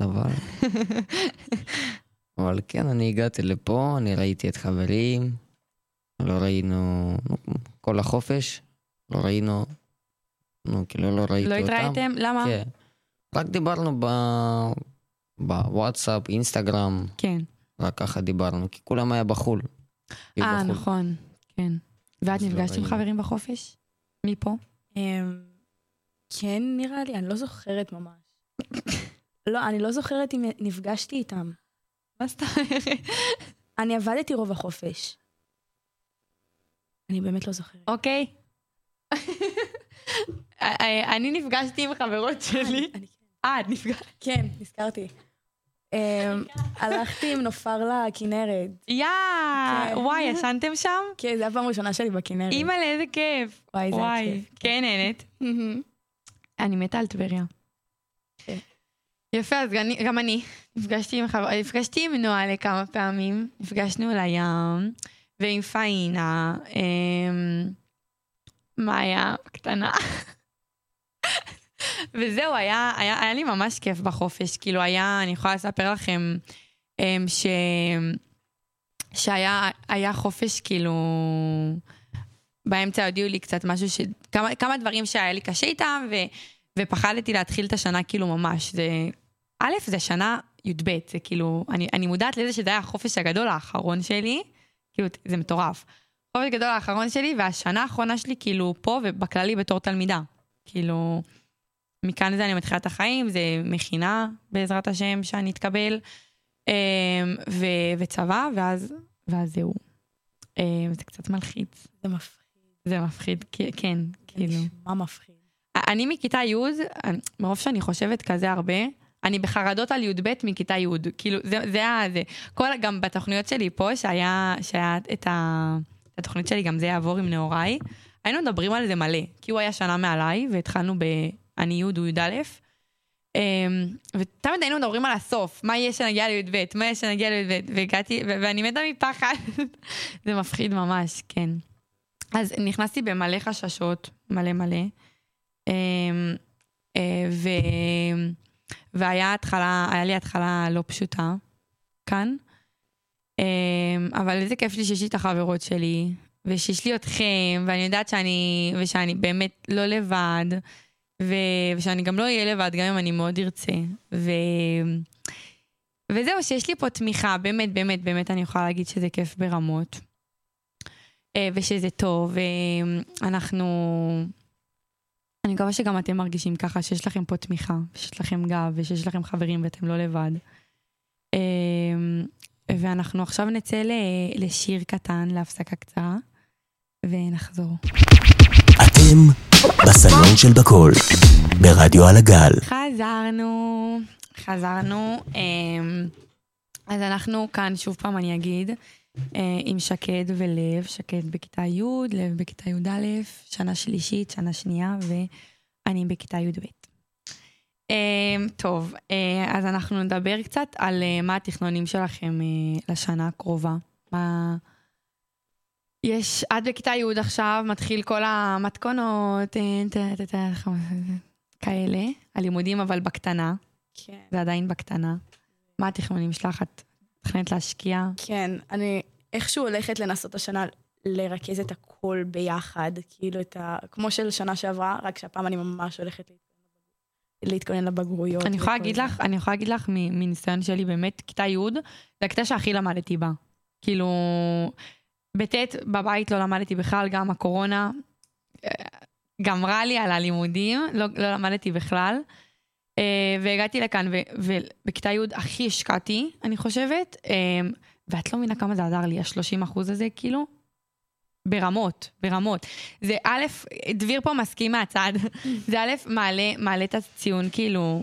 אבל כן, אני הגעתי לפה, אני ראיתי את חברים, לא ראינו, כל החופש, לא ראינו, כאילו לא ראיתי לא אותם. התראיתם? למה? כן, רק דיברנו בוואטסאפ, אינסטגרם, כן. רק ככה דיברנו, כי כולם היה בחול. נכון, כן. ואת אז לא נפגשת עם ראינו. חברים בחופש? מי פה? כן, נראה לי, אני לא זוכרת ממש. לא, אני לא זוכרת אם נפגשתי איתם. מה זאת אומרת? אני עבדתי רוב החופש. אני באמת לא זוכרת. אוקיי. אני נפגשתי עם חברות שלי. את נפגשת? כן, נזכרתי. הלכתי עם נופר לכנרת. וואי, ישנתם שם? כן, זה הפעם הראשונה שלי בכנרת. אימא, לאיזה כיף. וואי, זה היה כיף. כן, נהנית. אני מתה על טבריה. יפה, אז גם אני נפגשתי עם נועה לכמה פעמים, נפגשנו לים, ועם פאינה, מאיה קטנה. וזהו, היה לי ממש כיף בחופש, כאילו אני יכולה לספר לכם שהיה חופש כאילו, באמצע הודיעו לי קצת משהו כמה דברים שהיה לי קשה איתם, ופחדתי להתחיל את השנה כאילו ממש, זה שנה י"ב, זה כאילו, אני מודעת לזה שזה היה החופש הגדול האחרון שלי, כאילו זה מטורף, החופש הגדול האחרון שלי, והשנה האחרונה שלי כאילו פה ובכללי בתור תלמידה, כאילו, מכאן זה אני מתחילת החיים, זה מכינה בעזרת השם שאני אתקבל, וצבא, ואז זהו. זה קצת מלחיץ. זה מפחיד, כן, כאילו. מה מפחיד? אני מכיתה י', מרוב שאני חושבת כזה הרבה, אני בחרדות על י"ב מכיתה י', כאילו, זה. גם בתוכניות שלי פה, שהיה את התוכנית שלי, גם זה יעבור עם נאוריי, היינו מדברים על זה מלא, כי הוא היה שנה מעליי, והתחלנו אני י' הוא י"א, ותמיד היינו מדברים על הסוף, מה יהיה שנגיע לי"ב, והגעתי, ואני מתה מפחד, זה מפחיד ממש, כן. אז נכנסתי במלא חששות, מלא, היה לי התחלה לא פשוטה, כאן, אבל איזה כיף לי שיש לי את החברות שלי, ושיש לי אתכם, ואני יודעת שאני באמת לא לבד, ושאני גם לא אהיה לבד, גם אם אני מאוד ארצה. וזהו, שיש לי פה תמיכה, באמת, אני יכולה להגיד שזה כיף ברמות. ושזה טוב, אני מקווה שגם אתם מרגישים ככה, שיש לכם פה תמיכה, שיש לכם גב, ושיש לכם חברים, ואתם לא לבד. ואנחנו עכשיו נצא לשיר קטן, להפסקה קצרה, ונחזור. אתם בסלון של בקול, ברדיו על הגל. חזרנו. אז אנחנו כאן, שוב פעם אני אגיד, עם שקד ולב, שקד בכיתה י', לב בכיתה י"א, שנה שלישית, שנה שנייה, ואני בכיתה י"ב. טוב, אז אנחנו נדבר קצת על מה התכנונים שלכם לשנה הקרובה. עד בכיתה י' עכשיו מתחיל כל המתכונות, כאלה, הלימודים אבל בקטנה. כן. זה עדיין בקטנה. מה התכנונים שלך? את תכננת להשקיע? כן, אני איכשהו הולכת לנסות השנה לרכז את הכל ביחד, כאילו כמו של שנה שעברה, רק שהפעם אני ממש הולכת להתכונן לבגרויות. אני יכולה להגיד לך מניסיון שלי באמת, כיתה י' זה הכיתה שהכי למדתי בה. כאילו, בט' בבית לא למדתי בכלל, גם הקורונה גמרה לי על הלימודים, לא למדתי בכלל. והגעתי לכאן, ובכיתה י' הכי השקעתי, אני חושבת, ואת לא מבינה כמה זה עזר לי, ה-30% הזה, כאילו, ברמות. זה א', דביר פה מסכים מהצד, זה א', מעלה את הציון, כאילו,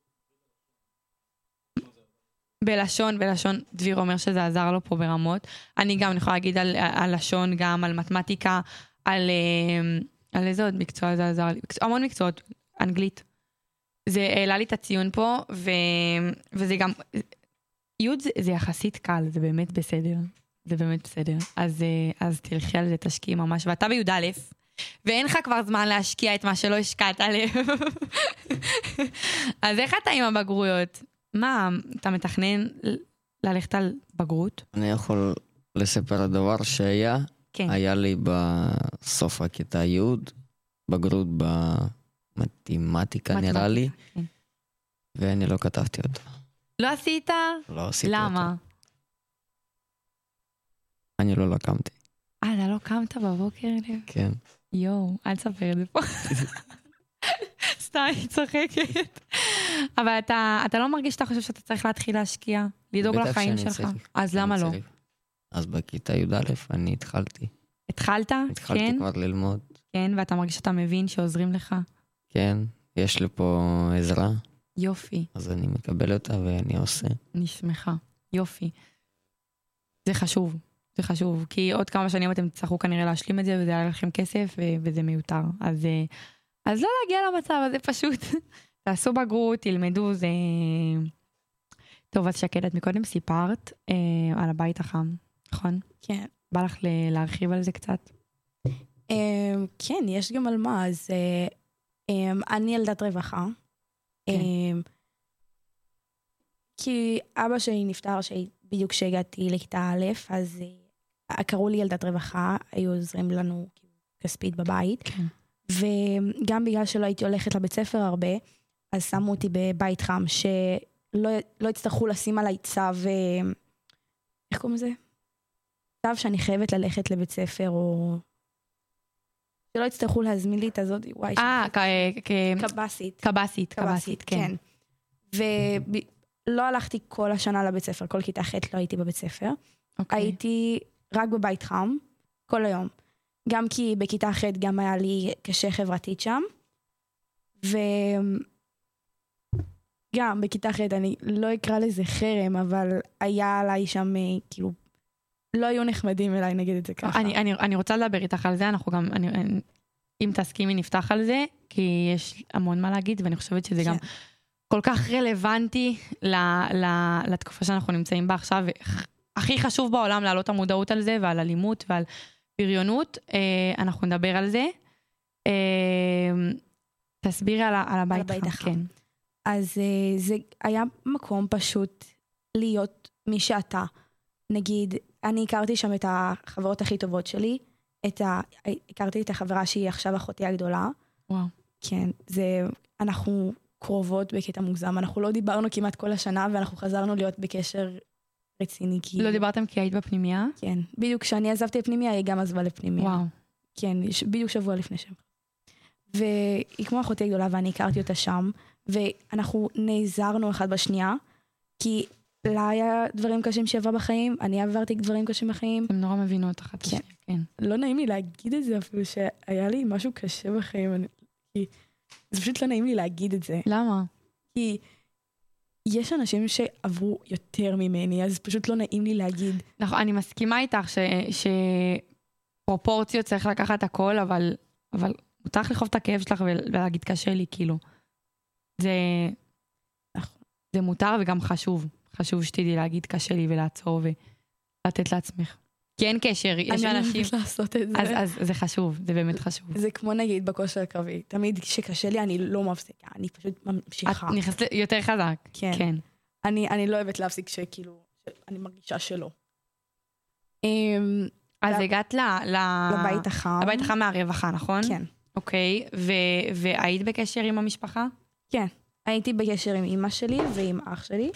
בלשון, דביר אומר שזה עזר לו פה ברמות, אני גם יכולה להגיד על לשון, גם על מתמטיקה, על איזה עוד מקצוע זה עזר לי, המון מקצועות, אנגלית. זה העלה לי את הציון פה, וזה גם, י' זה יחסית קל, זה באמת בסדר. אז תלכי על זה, תשקיעי ממש. ואתה בי"א, ואין לך כבר זמן להשקיע את מה שלא השקעת עליהם. אז איך אתה עם הבגרויות? מה, אתה מתכנן ללכת על בגרות? אני יכול לספר הדבר שהיה. כן. היה לי בסוף הכיתה י' בגרות מתמטיקה נראה לי, כן. ואני לא כתבתי אותה. לא עשית? לא עשיתי אותה. למה? אני לא קמתי. אתה לא קמת בבוקר? כן. יואו, אל תספר את זה פה. סתם, היא צוחקת. אבל אתה לא מרגיש שאתה חושב שאתה צריך להתחיל להשקיע, לדאוג בטח לחיים שאני שלך. צריך. אז למה אני לא? צריך. אז בכיתה י"א אני התחלתי. התחלת? התחלתי כן? כבר ללמוד. כן, ואתה מרגיש שאתה מבין שעוזרים לך? כן, יש לי פה עזרה, יופי, אז אני מקבל אותה ואני עושה. אני שמחה. יופי. זה חשוב, זה חשוב, כי עוד כמה שנים אתם תצטרכו כנראה להשלים את זה, וזה יעלה לכם כסף, וזה מיותר. אז לא להגיע למצב הזה פשוט. תעשו בגרות, תלמדו, זה... טוב, אז שקד, את מקודם סיפרת על הבית החם, נכון? כן. בא לך להרחיב על זה קצת? כן, יש גם על מה, אז אני ילדת רווחה. כי אבא שלי נפטר בדיוק כשהגעתי לכיתה א', אז קראו לי ילדת רווחה, היו עוזרים לנו כספית בבית. כן. וגם בגלל שלא הייתי הולכת לבית ספר הרבה, אז שמו אותי בבית חם, שלא יצטרכו לשים עליי צו, איך קוראים לזה? צו שאני חייבת ללכת לבית ספר, או... שלא יצטרכו להזמין לי את הזאת, וואי. קב"סית. קב"סית, כן. ולא הלכתי כל השנה לבית ספר, כל כיתה ח' לא הייתי בבית ספר. הייתי רק בבית חם, כל היום. גם כי בכיתה ח' גם היה לי קשה חברתית שם. וגם בכיתה ח' אני לא אקרא לזה חרם, אבל היה עליי שם כאילו, לא היו נחמדים אליי, נגיד את זה ככה. אני רוצה לדבר איתך על זה, אנחנו גם, אם תסכימי נפתח על זה, כי יש המון מה להגיד, ואני חושבת שזה גם כל כך רלוונטי לתקופה שאנחנו נמצאים בה עכשיו, הכי חשוב בעולם להעלות המודעות על זה, ועל אלימות ועל בריונות, אנחנו נדבר על זה. תסבירי על הבית החם. כן. אז זה היה מקום פשוט להיות מי שאתה. נגיד, אני הכרתי שם את החברות הכי טובות שלי, הכרתי את החברה שהיא עכשיו אחותי הגדולה. וואו. כן, אנחנו קרובות בקטע מוגזם, אנחנו לא דיברנו כמעט כל השנה, ואנחנו חזרנו להיות בקשר רציני. לא דיברתם כי היית בפנימיה? כן, בדיוק כשאני עזבתי לפנימיה, היא גם עזבה לפנימיה. וואו. כן, בדיוק שבוע לפני שם. והיא כמו אחותי הגדולה, ואני הכרתי אותה שם, ואנחנו נעזרנו אחד בשנייה, כי לה היה דברים קשים שעברה בחיים, אני עברתי דברים קשים בחיים. הם נורא מבינות אחת. כן. כן. לא נעים לי להגיד את זה אפילו, שהיה לי משהו קשה בחיים, זה פשוט לא נעים לי להגיד את זה. למה? כי יש אנשים שעברו יותר ממני, אז פשוט לא נעים לי להגיד. נכון, אני מסכימה איתך שפרופורציות צריך לקחת הכל, אבל מותר לחוב את הכאב שלך ולהגיד קשה לי, כאילו. זה מותר וגם חשוב. חשוב שתדעי להגיד קשה לי ולעצור ולתת לעצמך. כי אין קשר, יש אנשים... אני לא יודעת לעשות את זה. אז זה חשוב, זה באמת חשוב. זה כמו נגיד בכושר קרבי. תמיד כשקשה לי אני לא מפסיקה, אני פשוט ממשיכה. את נכנסת יותר חזק. כן. אני לא אוהבת להפסיק שכאילו, אני מרגישה שלא. אז הגעת לבית החם. לבית החם מהרווחה, נכון? כן. אוקיי, והיית בקשר עם המשפחה? כן. הייתי בקשר עם אמא שלי ועם אח שלי,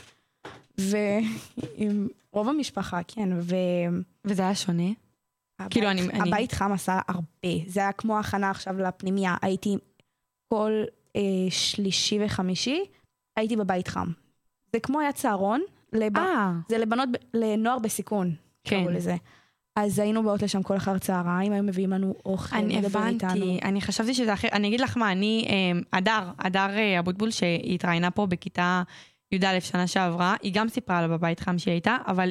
ועם רוב המשפחה, כן. וזה היה שונה? כאילו הבית חם עשה הרבה. זה היה כמו הכנה עכשיו לפנימיה. הייתי כל שלישי וחמישי, הייתי בבית חם. זה כמו היה צהרון, זה לנוער בסיכון, קראו לזה. אז היינו באות לשם כל אחר צהריים, היו מביאים לנו אוכל, מדבר איתנו. הבנתי, אני חשבתי שזה אחר, אני אגיד לך מה, הדר אבוטבול שהתראיינה פה בכיתה י"א שנה שעברה, היא גם סיפרה לה בבית חם שהיא הייתה, אבל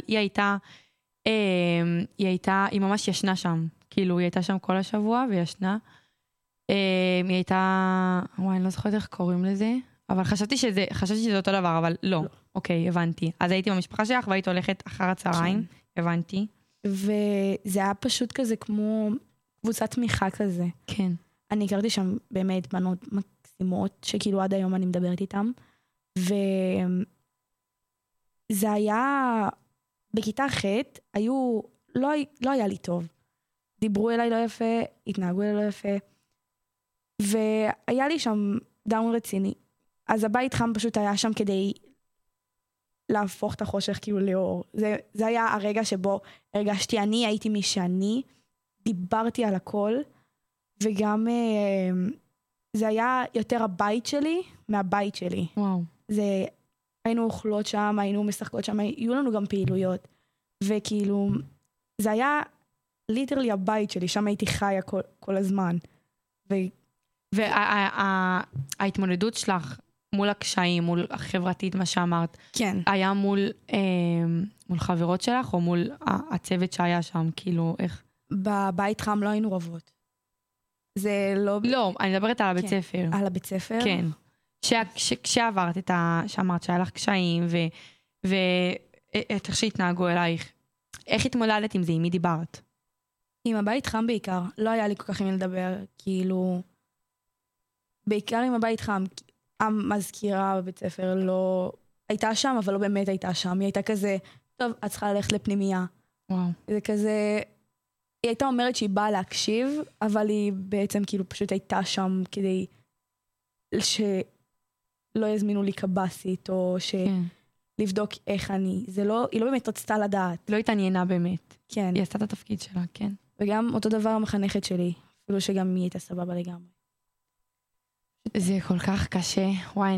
היא ממש ישנה שם, כאילו היא הייתה שם כל השבוע וישנה. היא הייתה, וואי, אני לא זוכרת איך קוראים לזה, אבל חשבתי שזה אותו דבר, אבל לא. אוקיי, הבנתי. אז הייתי במשפחה שלך והיית הולכת אחר הצהריים, הבנתי. וזה היה פשוט כזה כמו קבוצת תמיכה כזה. כן. אני הכרתי שם באמת בנות מקסימות, שכאילו עד היום אני מדברת איתם, וזה היה, בכיתה ח' לא היה לי טוב. דיברו אליי לא יפה, התנהגו אליי לא יפה, והיה לי שם דאון רציני. אז הבית חם פשוט היה שם כדי להפוך את החושך כאילו לאור. זה היה הרגע שבו הרגשתי, אני הייתי מי שאני, דיברתי על הכל, וגם זה היה יותר הבית שלי מהבית שלי. וואו. היינו אוכלות שם, היינו משחקות שם, היו לנו גם פעילויות. וכאילו, זה היה ליטרלי הבית שלי, שם הייתי חיה כל הזמן. וההתמודדות שלך מול הקשיים, מול החברתית, מה שאמרת, כן. היה מול חברות שלך, או מול הצוות שהיה שם, כאילו, איך? בבית חם לא היינו רבות. זה לא... לא, אני מדברת על הבית ספר. על הבית ספר? כן. כשעברת שאמרת שהיה לך קשיים, איך שהתנהגו אלייך, איך התמודדת עם זה, עם מי דיברת? עם הבית חם בעיקר. לא היה לי כל כך עם מי לדבר, כאילו... בעיקר עם הבית חם. המזכירה בבית ספר לא... הייתה שם, אבל לא באמת הייתה שם. היא הייתה כזה, טוב, את צריכה ללכת לפנימייה. וואו. זה כזה... היא הייתה אומרת שהיא באה להקשיב, אבל היא בעצם כאילו פשוט הייתה שם כדי שלא יזמינו לי קב"סית, או לבדוק איך אני. זה לא... היא לא באמת רצתה לדעת. לא התעניינה באמת. כן. היא עשתה את התפקיד שלה, כן. וגם אותו דבר המחנכת שלי, אפילו שגם היא הייתה סבבה לגמרי. זה כל כך קשה. וואי,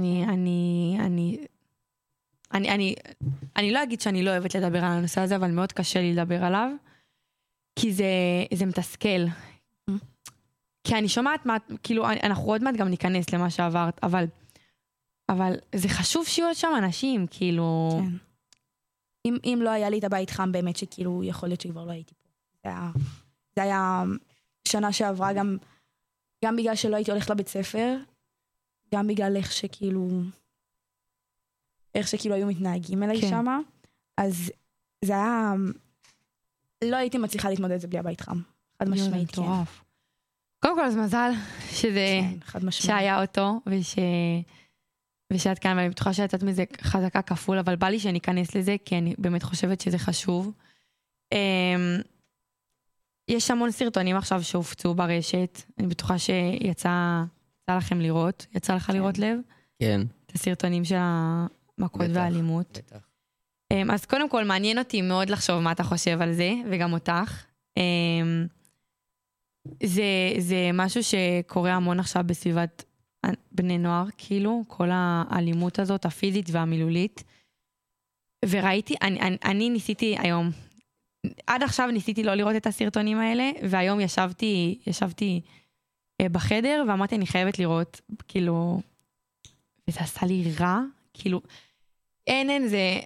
אני לא אגיד שאני לא אוהבת לדבר על הנושא הזה, אבל מאוד קשה לי לדבר עליו, כי זה מתסכל. כי אני שומעת מה, כאילו, אנחנו עוד מעט גם ניכנס למה שעברת, אבל זה חשוב שיהיו שם אנשים, כאילו... כן. אם לא היה לי את הבית חם, באמת שכאילו, יכול להיות שכבר לא הייתי פה. זה היה שנה שעברה גם בגלל שלא הייתי הולכת לבית ספר, גם בגלל איך שכאילו היו מתנהגים אליי שמה, אז זה היה, לא הייתי מצליחה להתמודד את זה בלי הבית חם. חד משמעית, כן. קודם כל, אז מזל שזה, שהיה אותו, ושאת כאן, ואני בטוחה שאת מזה חזקה כפול, אבל בא לי שאני אכנס לזה, כי אני באמת חושבת שזה חשוב. יש המון סרטונים עכשיו שהופצו ברשת, אני בטוחה שיצא לכם לראות, יצא לך לראות לב? כן. את הסרטונים של המכות והאלימות. בטח. אז קודם כל מעניין אותי מאוד לחשוב מה אתה חושב על זה, וגם אותך. זה משהו שקורה המון עכשיו בסביבת בני נוער, כאילו, כל האלימות הזאת, הפיזית והמילולית. וראיתי, אני ניסיתי היום, עד עכשיו ניסיתי לא לראות את הסרטונים האלה, והיום ישבתי בחדר, ואמרתי, אני חייבת לראות, כאילו, וזה עשה לי רע, כאילו, אין, זה,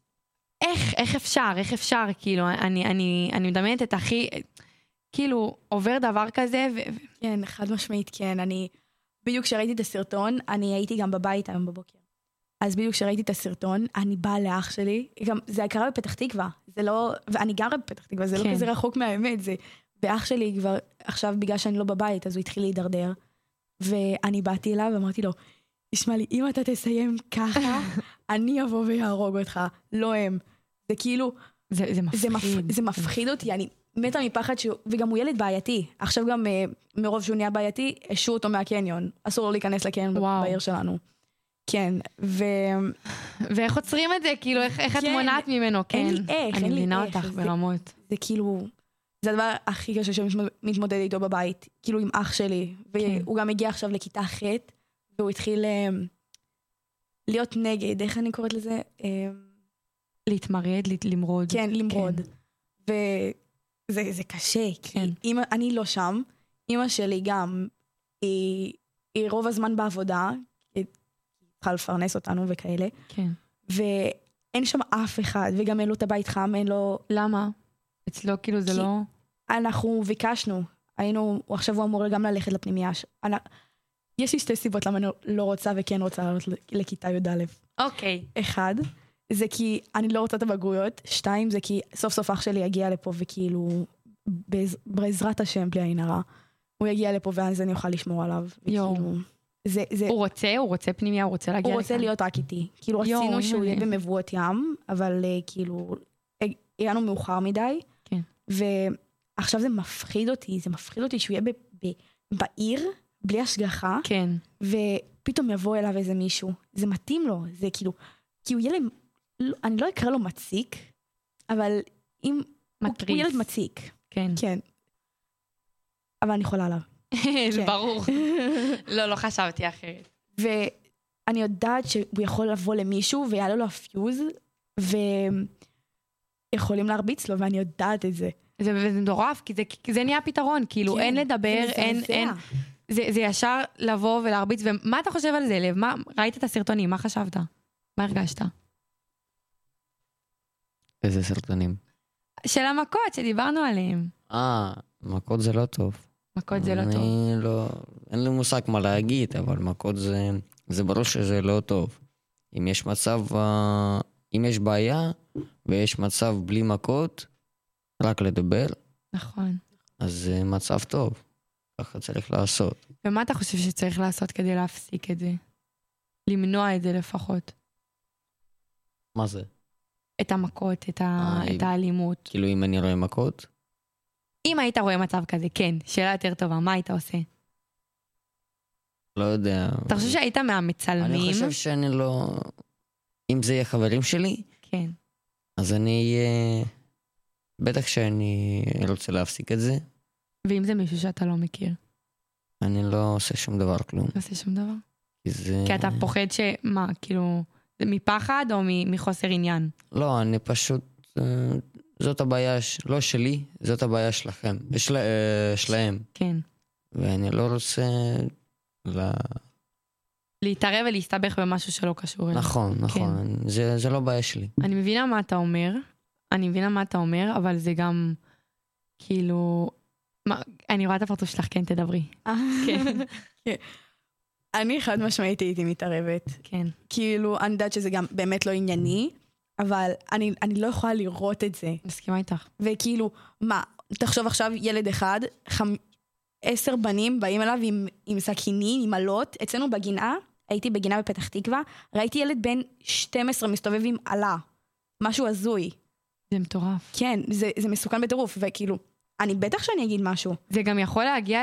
איך אפשר, כאילו, אני מדמיינת את הכי, כאילו, עובר דבר כזה, כן, חד משמעית, כן, בדיוק כשראיתי את הסרטון, אני הייתי גם בבית היום בבוקר. אז בדיוק כשראיתי את הסרטון, אני באה לאח שלי, גם זה קרה בפתח תקווה, זה לא, ואני גרה בפתח תקווה, זה לא כזה רחוק מהאמת, זה, ואח שלי כבר, עכשיו בגלל שאני לא בבית, אז הוא התחיל להידרדר, ואני באתי אליו ואמרתי לו, תשמע לי, אם אתה תסיים ככה, אני אבוא ויהרוג אותך, לא הם. זה כאילו, זה מפחיד אותי, אני מתה מפחד, וגם הוא ילד בעייתי, עכשיו גם מרוב שהוא נהיה בעייתי, השו אותו מהקניון, אסור לו להיכנס לקניון בעיר שלנו. כן, ואיך עוצרים את זה? כאילו, איך את מונעת ממנו? כן, אני מבינה אותך ברמות. זה כאילו, זה הדבר הכי קשה שמתמודד איתו בבית, כאילו עם אח שלי, והוא גם הגיע עכשיו לכיתה ח' והוא התחיל להיות נגד, איך אני קוראת לזה? להתמרד, למרוד. כן, למרוד. וזה קשה, כי אני לא שם, אמא שלי גם, היא רוב הזמן בעבודה, צריכה לפרנס אותנו וכאלה. כן. ואין שם אף אחד, וגם אין לו את הבית חם, אין לו... למה? אצלו כאילו זה לא... אנחנו ביקשנו, עכשיו הוא אמור גם ללכת לפנימייה. יש לי שתי סיבות למה אני לא רוצה וכן רוצה לעלות לכיתה י"א. אוקיי. 1, זה כי אני לא רוצה את הבגרויות. 2, זה כי סוף סוף אח שלי יגיע לפה וכאילו, בעזרת השם בלי עין הרע, הוא יגיע לפה ואז אני אוכל לשמור עליו. הוא רוצה פנימיה, הוא רוצה להגיע לכאן. הוא רוצה להיות רק איתי. כאילו רצינו שהוא יהיה במבואות ים, אבל כאילו, הגענו מאוחר מדי. כן. ועכשיו זה מפחיד אותי שהוא יהיה בעיר, בלי השגחה. כן. ופתאום יבוא אליו איזה מישהו. זה מתאים לו, זה כאילו, כי הוא ילד, אני לא אקרא לו מציק, אבל אם... מטריף. הוא ילד מציק. כן. כן. אבל אני יכולה עליו. זה ברור. לא חשבתי אחרת. אני יודעת שהוא יכול לבוא למישהו ויעלה לו הפיוז, ויכולים להרביץ לו, ואני יודעת את זה. זה מטורף, כי זה נהיה פתרון, כאילו כן, אין לדבר, זה אין, מזעזע. זה ישר לבוא ולהרביץ, ומה אתה חושב על זה, לב? ראית את הסרטונים, מה חשבת? מה הרגשת? איזה סרטונים? של המכות שדיברנו עליהם. מכות זה לא טוב. מכות זה לא טוב. אני לא... אין לי מושג מה להגיד, אבל מכות זה ברור שזה לא טוב. אם יש מצב... אם יש בעיה, ויש מצב בלי מכות, רק לדבר, נכון. אז זה מצב טוב. ככה צריך לעשות. ומה אתה חושב שצריך לעשות כדי להפסיק את זה? למנוע את זה לפחות. מה זה? את המכות, את האלימות. כאילו אם אני רואה מכות? אם היית רואה מצב כזה, כן, שאלה יותר טובה, מה היית עושה? לא יודע. אתה חושב שהיית מהמצלמים? אני חושב שאני לא... אם זה יהיה חברים שלי, כן. אז אני אהיה... בטח שאני רוצה להפסיק את זה. ואם זה מישהו שאתה לא מכיר? אני לא עושה שום דבר, כלום. לא עושה שום דבר? כי אתה פוחד שמה, כאילו, זה מפחד או מחוסר עניין? לא, אני פשוט... זאת הבעיה לא שלי, זאת הבעיה שלכם. שלהם. כן. ואני לא רוצה... להתערב ולהסתבך במשהו שלא קשור אליו. נכון. זה לא בעיה שלי. אני מבינה מה אתה אומר, אבל זה גם, כאילו, אני רואה את הפרצוף שלך, כן, תדברי. כן. אני חד משמעית הייתי מתערבת. כן. כאילו, אני יודעת שזה גם באמת לא ענייני, אבל אני לא יכולה לראות את זה. מסכימה איתך. וכאילו, מה, תחשוב עכשיו ילד אחד, 10 בנים באים אליו עם סכינים, עם עלות. אצלנו בגינה, הייתי בגינה בפתח תקווה, ראיתי ילד בן 12 מסתובב עם עלה. משהו הזוי. זה מטורף. כן, זה מסוכן בטירוף, וכאילו, אני בטח שאני אגיד משהו. זה גם יכול להגיע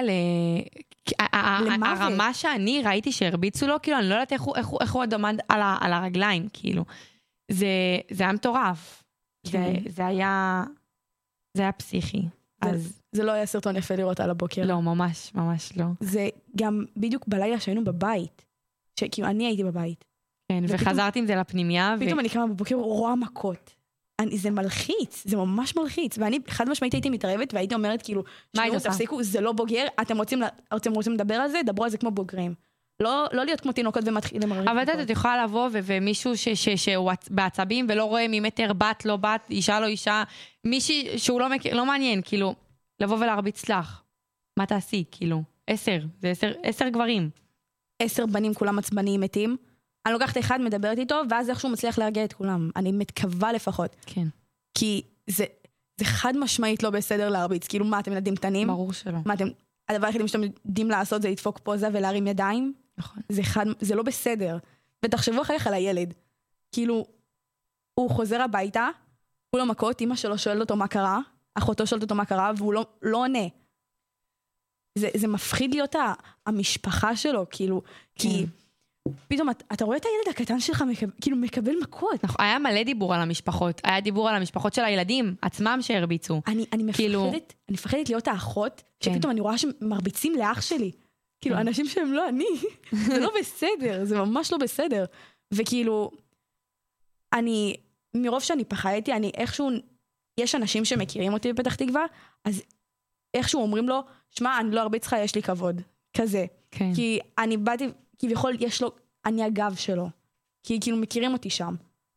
למוות. הרמה שאני ראיתי שהרביצו לו, כאילו, אני לא יודעת איך הוא עוד עמד על הרגליים, כאילו. זה היה מטורף. זה היה פסיכי. זה לא היה סרטון יפה לראות על הבוקר. לא, ממש לא. זה גם בדיוק בלילה שהיינו בבית. שכאילו, אני הייתי בבית. כן, וחזרתי עם זה לפנימיה. פתאום אני קמה בבוקר רואה מכות. זה מלחיץ, זה ממש מלחיץ. ואני חד משמעית הייתי מתערבת, והייתי אומרת כאילו, תפסיקו, זה לא בוגר, אתם רוצים לדבר על זה, דברו על זה כמו בוגרים. לא להיות כמו תינוקות ומתחילים לריב. אבל את יכולה לבוא ומישהו שהוא בעצבים ולא רואה ממטר בת, לא בת, אישה, לא אישה, מישהי שהוא לא מעניין, כאילו, לבוא ולהרביץ לך. מה תעשי? כאילו, 10, זה 10 גברים. 10 בנים, כולם עצבניים מתים. אני לוקחת אחד, מדברת איתו, ואז איכשהו מצליח להרגיע את כולם. אני מתקווה לפחות. כן. כי זה חד משמעית לא בסדר להרביץ. כאילו, מה, אתם ילדים קטנים? ברור שלא. מה, הדבר היחידים שאתם יודעים לעשות זה לדפוק פוזה ולהרים ידיים? נכון. זה לא בסדר. ותחשבו אחריך על הילד. כאילו, הוא חוזר הביתה, הוא לא מכות, אמא שלו שואלת אותו מה קרה, אחותו שואלת אותו מה קרה, והוא לא עונה. זה מפחיד להיות המשפחה שלו, כאילו, כי פתאום אתה רואה את הילד הקטן שלך כאילו מקבל מכות. היה מלא דיבור על המשפחות, היה דיבור על המשפחות של הילדים עצמם שהרביצו. אני מפחדת להיות האחות, שפתאום אני רואה שמרביצים לאח שלי. כאילו, אנשים שהם לא אני. זה לא בסדר, זה ממש לא בסדר. וכאילו, מרוב שאני פחדתי, איכשהו, יש אנשים שמכירים אותי בפתח תקווה, אז איכשהו אומרים לו, שמע, אני לא ארביץ לך, יש לי כבוד. כזה. כי אני באתי, כביכול, יש לו, אני הגב שלו. כי כאילו מכירים אותי שם.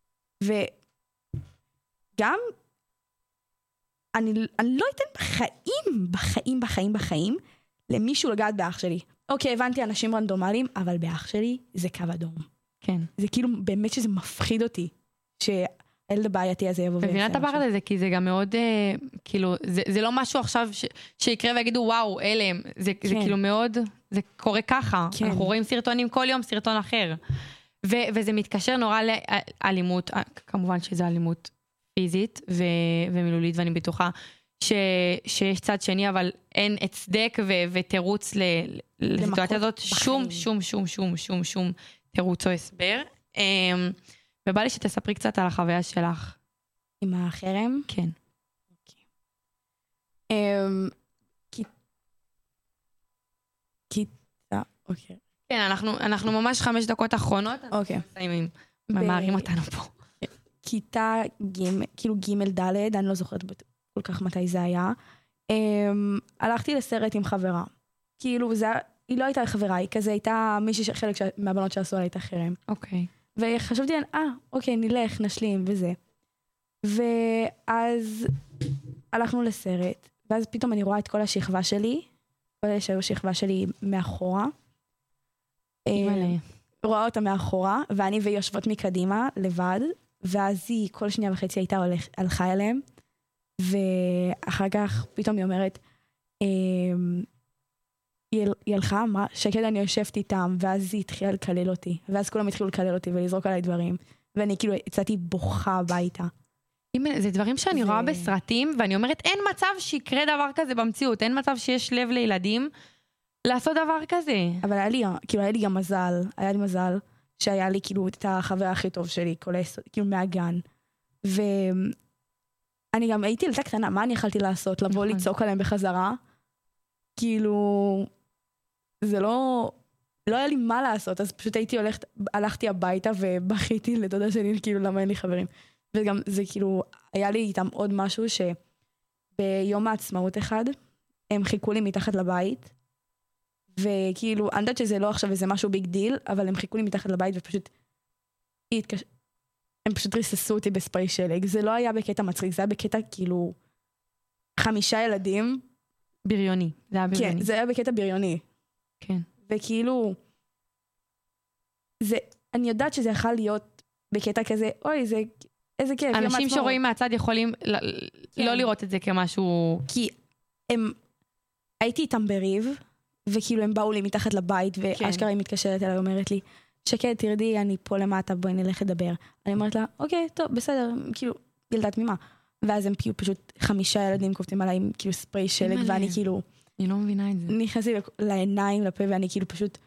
וגם, אני לא אתן בחיים, למישהו לגעת באח שלי. אוקיי, הבנתי אנשים רנדומליים, אבל באח שלי זה קו אדום. כן. זה כאילו, באמת שזה מפחיד אותי, שהילד הבעייתי הזה יבוא. מבינה את הפחד הזה, כי זה גם מאוד, כאילו, זה לא משהו עכשיו שיקרה ויגידו, וואו, אלם, זה כאילו מאוד, זה קורה ככה. אנחנו רואים סרטונים כל יום, סרטון אחר. וזה מתקשר נורא לאלימות, כמובן שזה אלימות פיזית ומילולית, ואני בטוחה שיש צד שני, אבל אין הצדק ותירוץ לסיטואציה הזאת, שום תירוץ או הסבר. ובא לי שתספרי קצת על החוויה שלך. עם החרם? כן. אוקיי. כן, אנחנו ממש 5 דקות אחרונות. אוקיי. מסיימים. ממהרים אותנו פה. כיתה כאילו ג' ד', אני לא זוכרת כל כך מתי זה היה. הלכתי לסרט עם חברה. כאילו, היא לא הייתה חברה, היא כזה הייתה מישהי חלק מהבנות שעשו עליי את החרם. אוקיי. וחשבתי, אוקיי, נלך, נשלים וזה. ואז הלכנו לסרט, ואז פתאום אני רואה את כל השכבה שלי, כל השכבה שלי מאחורה. רואה אותה מאחורה, ואני והיא יושבות מקדימה, לבד, ואז היא כל שנייה וחצי הייתה הלכה אליהם, ואחר כך פתאום היא אומרת, היא הלכה, מה? שקד אני יושבת איתם, ואז היא התחילה לקלל אותי, ואז כולם התחילו לקלל אותי ולזרוק עליי דברים, ואני כאילו יצאתי בוכה הביתה. זה דברים שאני רואה בסרטים, ואני אומרת, אין מצב שיקרה דבר כזה במציאות, אין מצב שיש לב לילדים לעשות דבר כזה. אבל היה לי גם מזל, היה לי מזל שהיה לי כאילו את החבר הכי טוב שלי, כאילו מהגן. ואני גם הייתי ילדה קטנה, מה אני יכלתי לעשות? לבוא לצעוק עליהם בחזרה? כאילו, זה לא היה לי מה לעשות, אז פשוט הלכתי הביתה ובכיתי לדודה שלי, כאילו למה אין לי חברים. וגם זה כאילו, היה לי איתם עוד משהו שביום העצמאות אחד, הם חיכו לי מתחת לבית, וכאילו, אני יודעת שזה לא עכשיו איזה משהו ביג דיל, אבל הם חיכו לי מתחת לבית ופשוט, הם פשוט ריססו אותי בספרי שלג. זה לא היה בקטע מצחיק, זה היה בקטע כאילו, 5 ילדים. בריוני, זה היה בריוני. כן, זה היה בקטע בריוני. כן. וכאילו, אני יודעת שזה יכול להיות בקטע כזה, אוי, זה איזה כיף. אנשים שרואים מהצד יכולים לא לראות את זה כמשהו... כי הייתי איתם בריב, וכאילו הם באו לי מתחת לבית, ואשכרה היא מתקשרת אליי, אומרת לי, שקד, תרדי, אני פה למטה, בואי נלך לדבר. אני אומרת לה, אוקיי, טוב, בסדר, כאילו, ילדה תמימה. ואז הם פשוט 5 ילדים קופצים עליי עם כאילו ספרי שלג, ואני כאילו... אני לא מבינה את זה. נכנסתי לעיניים, לפה, ואני כאילו פשוט...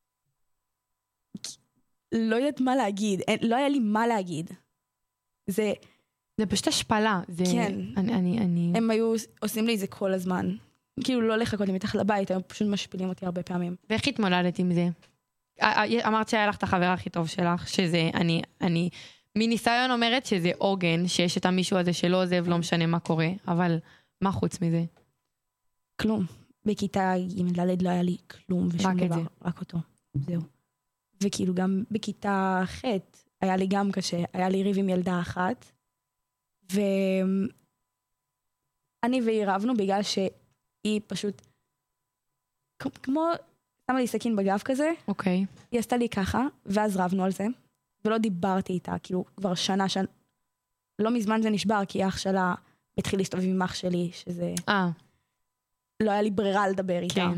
לא יודעת מה להגיד, לא היה לי מה להגיד. זה פשוט השפלה. כן. אני... הם היו עושים לי את זה כל הזמן. כאילו לא לחכות לי מתחת לבית, הם פשוט משפילים אותי הרבה פעמים. ואיך התמודדת עם זה? אמרת שהיה לך את החבר הכי טוב שלך, שזה, אני מניסיון אומרת שזה עוגן, שיש את המישהו הזה שלא עוזב, לא משנה מה קורה, אבל מה חוץ מזה? כלום. בכיתה ג' ד' לא היה לי כלום ושום דבר, רק אותו. זהו. וכאילו גם בכיתה ח' היה לי גם קשה, היה לי ריב עם ילדה אחת, ואני והיא רבנו בגלל שהיא פשוט, כמו, שמה לי סכין בגב כזה, אוקיי. היא עשתה לי ככה, ואז רבנו על זה, ולא דיברתי איתה, כאילו כבר שנה, לא מזמן זה נשבר, כי אח שלה התחיל להסתובב עם אח שלי, שזה, לא היה לי ברירה לדבר איתה. כן.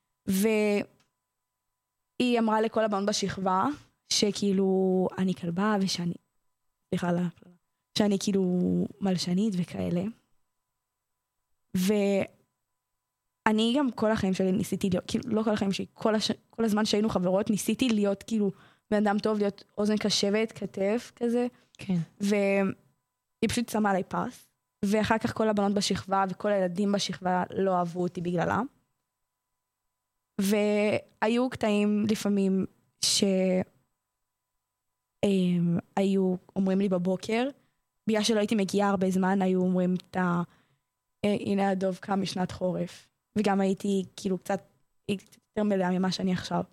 והיא אמרה לכל הבנות בשכבה, שכאילו אני כלבה ושאני, שאני כאילו מלשנית וכאלה. ואני גם כל החיים שלי ניסיתי להיות, כאילו לא כל החיים שלי, כל הזמן שהיינו חברות, ניסיתי להיות כאילו בן אדם טוב, להיות אוזן קשבת, כתף כזה. כן. והיא פשוט שמה עליי פס. ואחר כך כל הבנות בשכבה וכל הילדים בשכבה לא אהבו אותי בגללה. והיו קטעים לפעמים היו אומרים לי בבוקר, בגלל שלא הייתי מגיעה הרבה זמן, היו אומרים הנה הדוב קם משנת חורף. וגם הייתי כאילו קצת יותר מלאה ממה שאני עכשיו.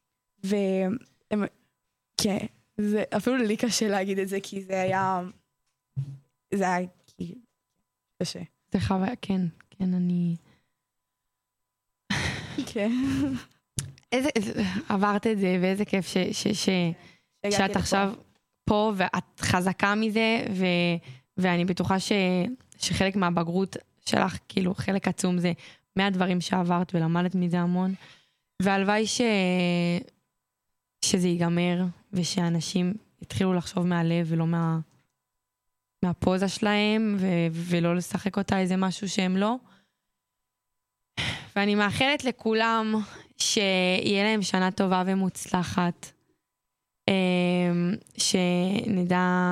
כן, זה אפילו לי קשה להגיד את זה, כי זה היה כאילו קשה. זה חוויה, כן, אני... כן. עברת את זה, ואיזה כיף שאת עכשיו פה, ואת חזקה מזה, ואני בטוחה שחלק מהבגרות שלך, כאילו חלק עצום זה מהדברים שעברת ולמדת מזה המון, והלוואי שזה ייגמר, ושאנשים יתחילו לחשוב מהלב ולא מהפוזה שלהם, ולא לשחק אותה איזה משהו שהם לא. ואני מאחלת לכולם שיהיה להם שנה טובה ומוצלחת, שנדע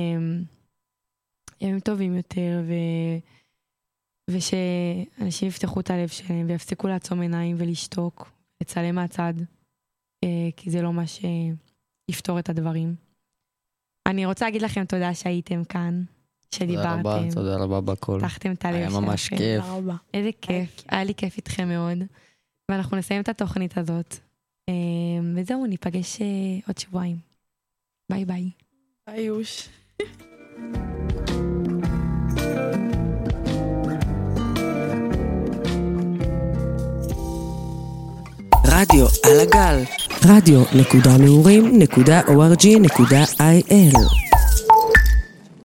ימים טובים יותר, ושאנשים יפתחו את הלב שלהם ויפסיקו לעצום עיניים ולשתוק, לצלם מהצד, כי זה לא מה שיפתור את הדברים. אני רוצה להגיד לכם תודה שהייתם כאן, שדיברתם. תודה רבה בכל. פתחתם את הלב שלכם. היה ממש כיף. איזה כיף, היה לי כיף איתכם מאוד. ואנחנו נסיים את התוכנית הזאת. וזהו, ניפגש עוד שבועיים. ביי ביי. ביי יוש. רדיו על הגל. רדיו.נעורים.org.il